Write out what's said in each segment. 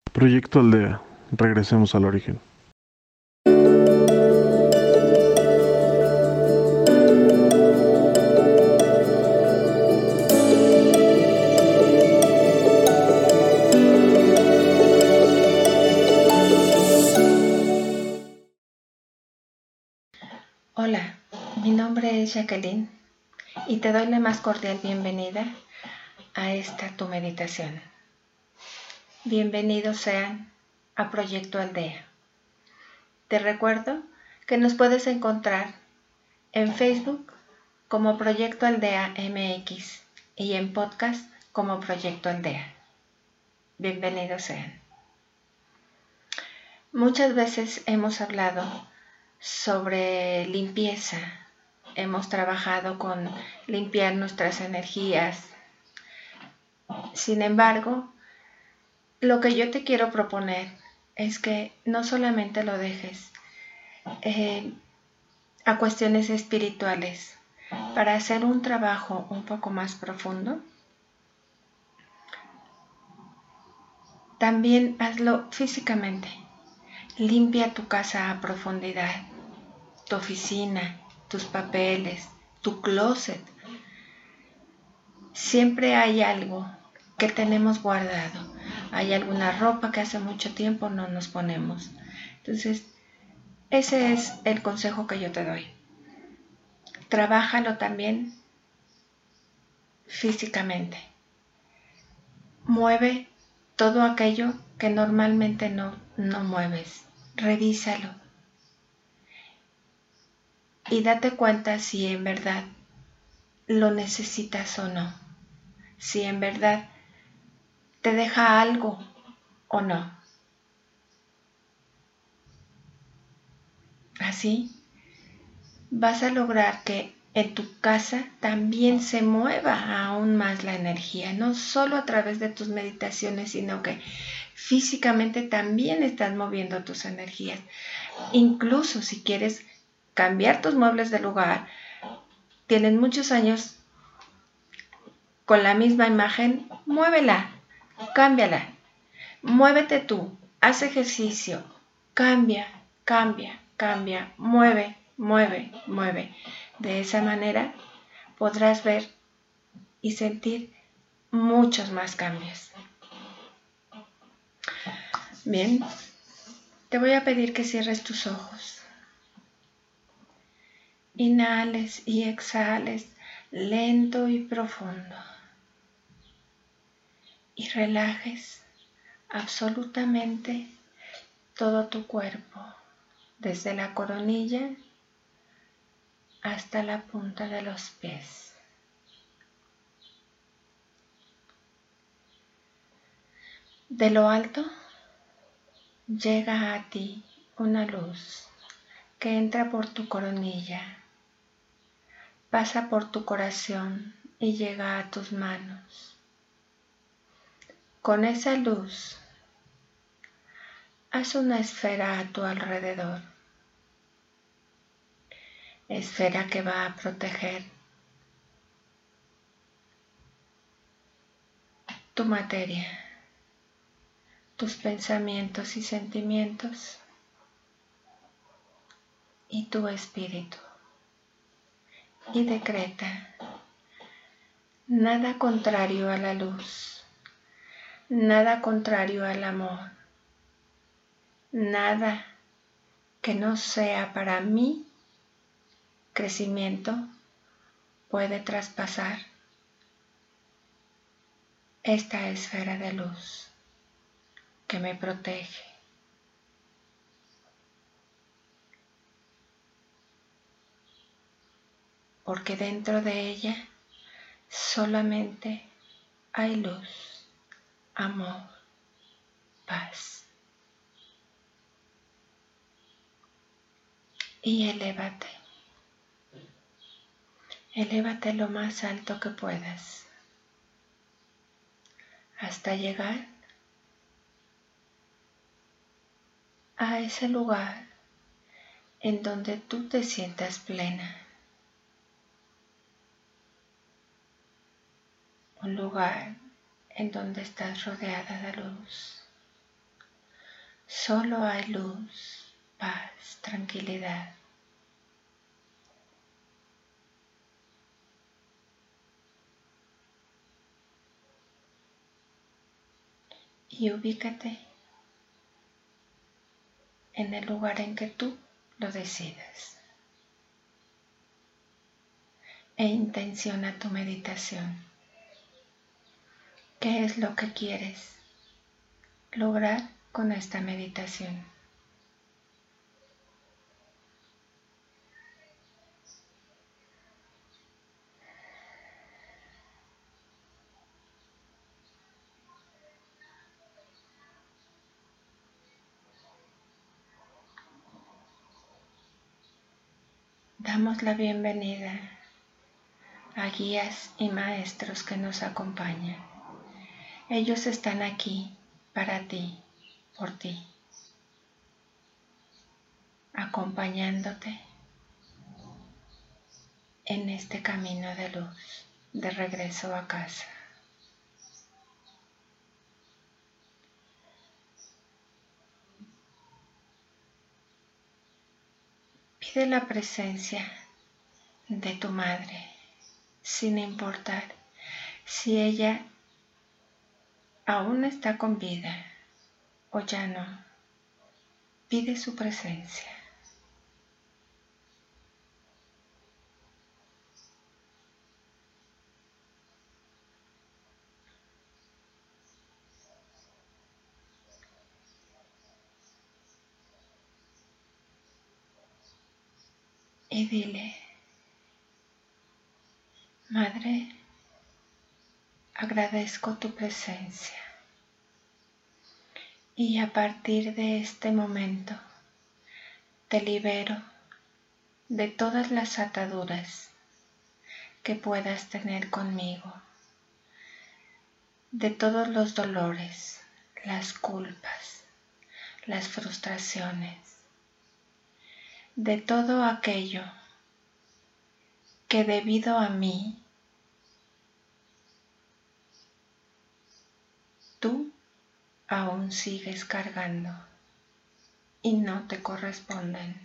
Proyecto Aldea. Regresemos al origen. Hola, mi nombre es Jacqueline y te doy la más cordial bienvenida a esta tu meditación. Bienvenidos sean a Proyecto Aldea. Te recuerdo que nos puedes encontrar en Facebook como Proyecto Aldea MX y en podcast como Proyecto Aldea. Bienvenidos sean. Muchas veces hemos hablado sobre limpieza. Hemos trabajado con limpiar nuestras energías. Sin embargo, lo que yo te quiero proponer es que no solamente lo dejes a cuestiones espirituales. Para hacer un trabajo un poco más profundo, también hazlo físicamente. Limpia tu casa a profundidad, tu oficina, tus papeles, tu closet. Siempre hay algo que tenemos guardado. Hay alguna ropa que hace mucho tiempo no nos ponemos. Entonces, ese es el consejo que yo te doy. Trabájalo también físicamente. Mueve todo aquello que normalmente no mueves. Revísalo. Y date cuenta si en verdad lo necesitas o no. Si en verdad te deja algo o no. Así vas a lograr que en tu casa también se mueva aún más la energía, no solo a través de tus meditaciones, sino que físicamente también estás moviendo tus energías. Incluso si quieres cambiar tus muebles de lugar, tienes muchos años con la misma imagen, muévela, cámbiala, muévete tú, haz ejercicio, cambia, mueve, mueve, mueve. De esa manera podrás ver y sentir muchos más cambios. Bien, te voy a pedir que cierres tus ojos. Inhales y exhales lento y profundo. Y relajes absolutamente todo tu cuerpo, desde la coronilla hasta la punta de los pies. De lo alto llega a ti una luz que entra por tu coronilla, pasa por tu corazón y llega a tus manos. Con esa luz, haz una esfera a tu alrededor, esfera que va a proteger tu materia, tus pensamientos y sentimientos y tu espíritu. Y decreta: nada contrario a la luz, nada contrario al amor, nada que no sea para mí crecimiento puede traspasar esta esfera de luz que me protege. Porque dentro de ella solamente hay luz, amor, paz. Y elévate lo más alto que puedas, hasta llegar a ese lugar en donde tú te sientas plena. Un lugar en donde estás rodeada de luz, Solo hay luz, paz, tranquilidad. Y ubícate en el lugar en que tú lo decidas. E intenciona tu meditación. ¿Qué es lo que quieres lograr con esta meditación? Damos la bienvenida a guías y maestros que nos acompañan. Ellos están aquí para ti, por ti, acompañándote en este camino de luz, de regreso a casa. Pide la presencia de tu madre, sin importar si ella aún está con vida o ya no. Pide su presencia. Y dile, Madre, agradezco tu presencia. Y a partir de este momento te libero de todas las ataduras que puedas tener conmigo, de todos los dolores, las culpas, las frustraciones, de todo aquello que debido a mí tú aún sigues cargando y no te corresponden.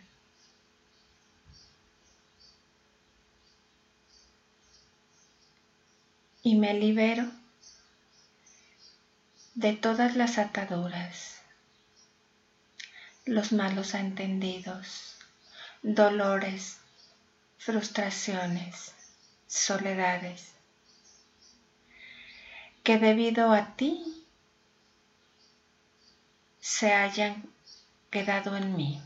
Y me libero de todas las ataduras, los malos entendidos, dolores, frustraciones, soledades, que debido a ti se hayan quedado en mí.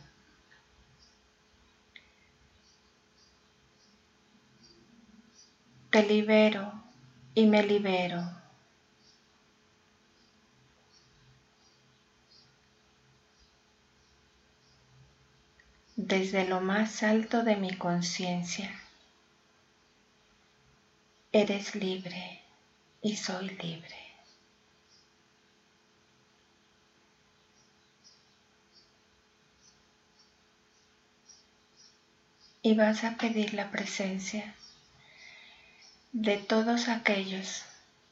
Te libero y me libero desde lo más alto de mi conciencia. Eres libre y soy libre. Y vas a pedir la presencia de todos aquellos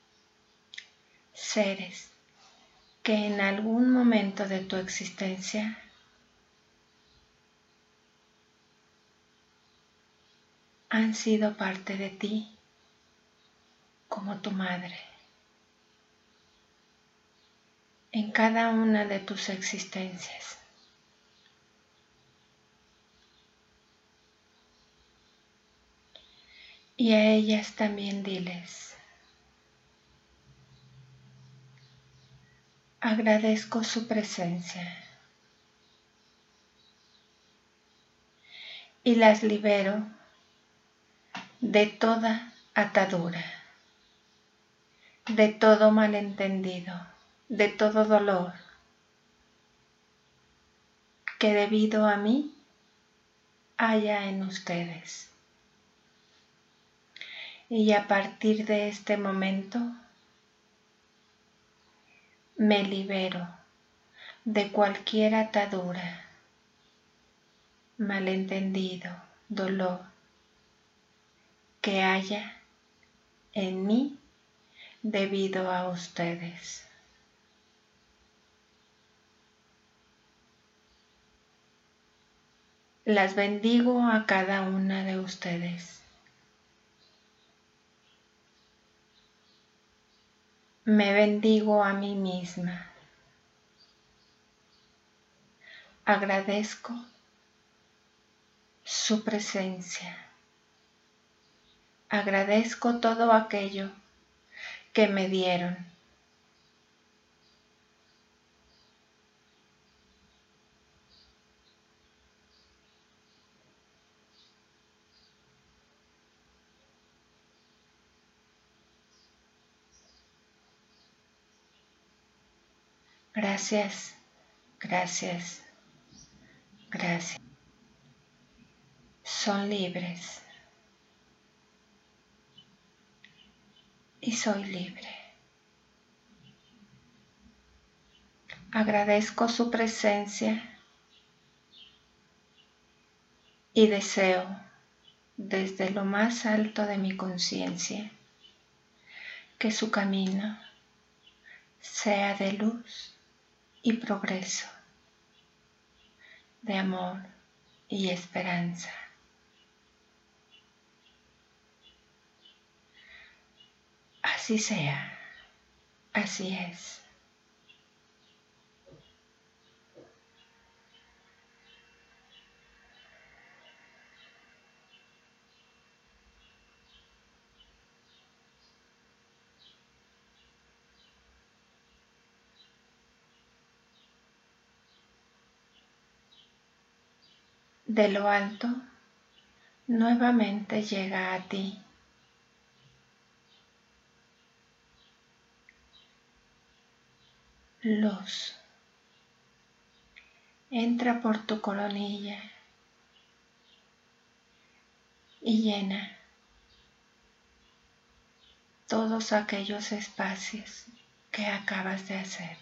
seres que en algún momento de tu existencia han sido parte de ti, como tu madre, en cada una de tus existencias. Y a ellas también diles, agradezco su presencia y las libero de toda atadura, de todo malentendido, de todo dolor que debido a mí haya en ustedes. Y a partir de este momento me libero de cualquier atadura, malentendido, dolor que haya en mí debido a ustedes. Las bendigo a cada una de ustedes. Me bendigo a mí misma. Agradezco su presencia. Agradezco todo aquello que me dieron. Gracias, gracias, gracias. Son libres y soy libre. Agradezco su presencia y deseo desde lo más alto de mi conciencia que su camino sea de luz y progreso, de amor y esperanza. Así sea, así es. De lo alto, nuevamente llega a ti luz. Entra por tu coronilla y llena todos aquellos espacios que acabas de hacer.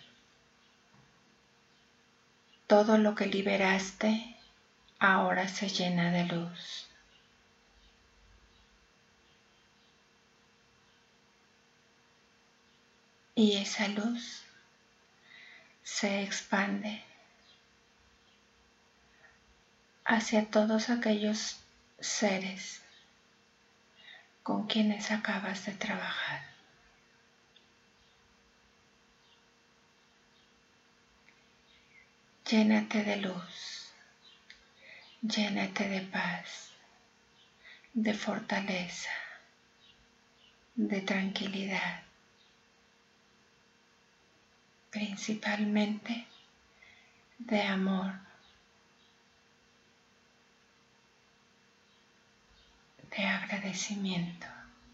Todo lo que liberaste ahora se llena de luz. Y esa luz se expande hacia todos aquellos seres con quienes acabas de trabajar. Llénate de luz, llénate de paz, de fortaleza, de tranquilidad, principalmente de amor, de agradecimiento.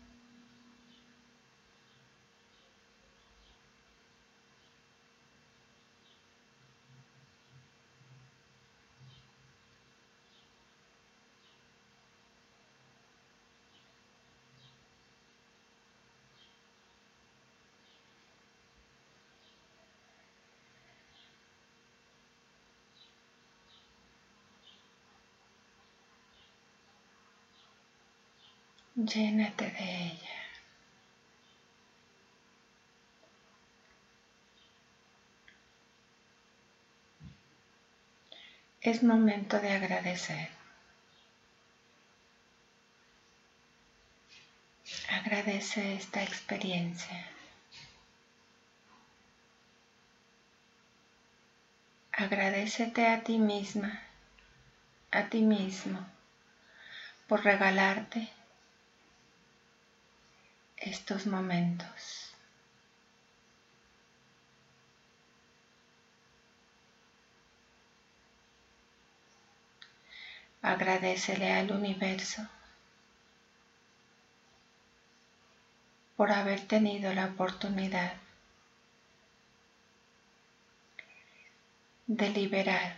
Llénate de ella. Es momento de agradecer. Agradece esta experiencia. Agradécete a ti misma, a ti mismo, por regalarte estos momentos. Agradécele al universo por haber tenido la oportunidad de liberar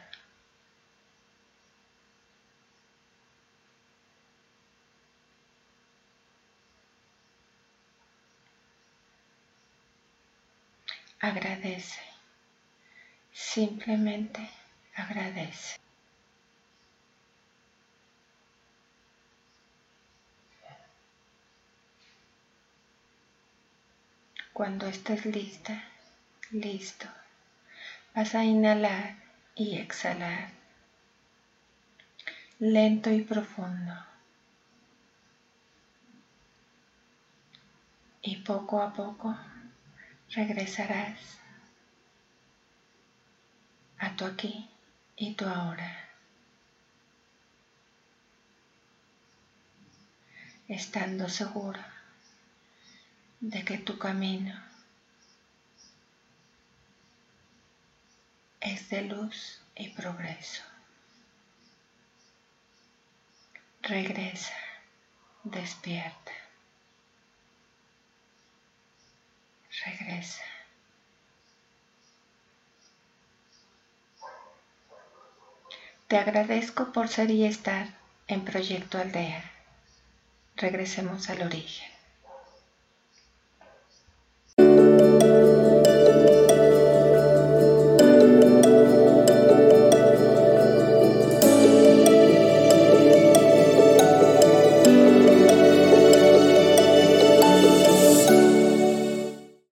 agradece, simplemente agradece. Cuando estés lista, listo, vas a inhalar y exhalar lento y profundo. Y poco a poco regresarás a tu aquí y tu ahora, estando seguro de que tu camino es de luz y progreso. Regresa, despierta, regresa. Te agradezco por ser y estar en Proyecto Aldea. Regresemos al origen.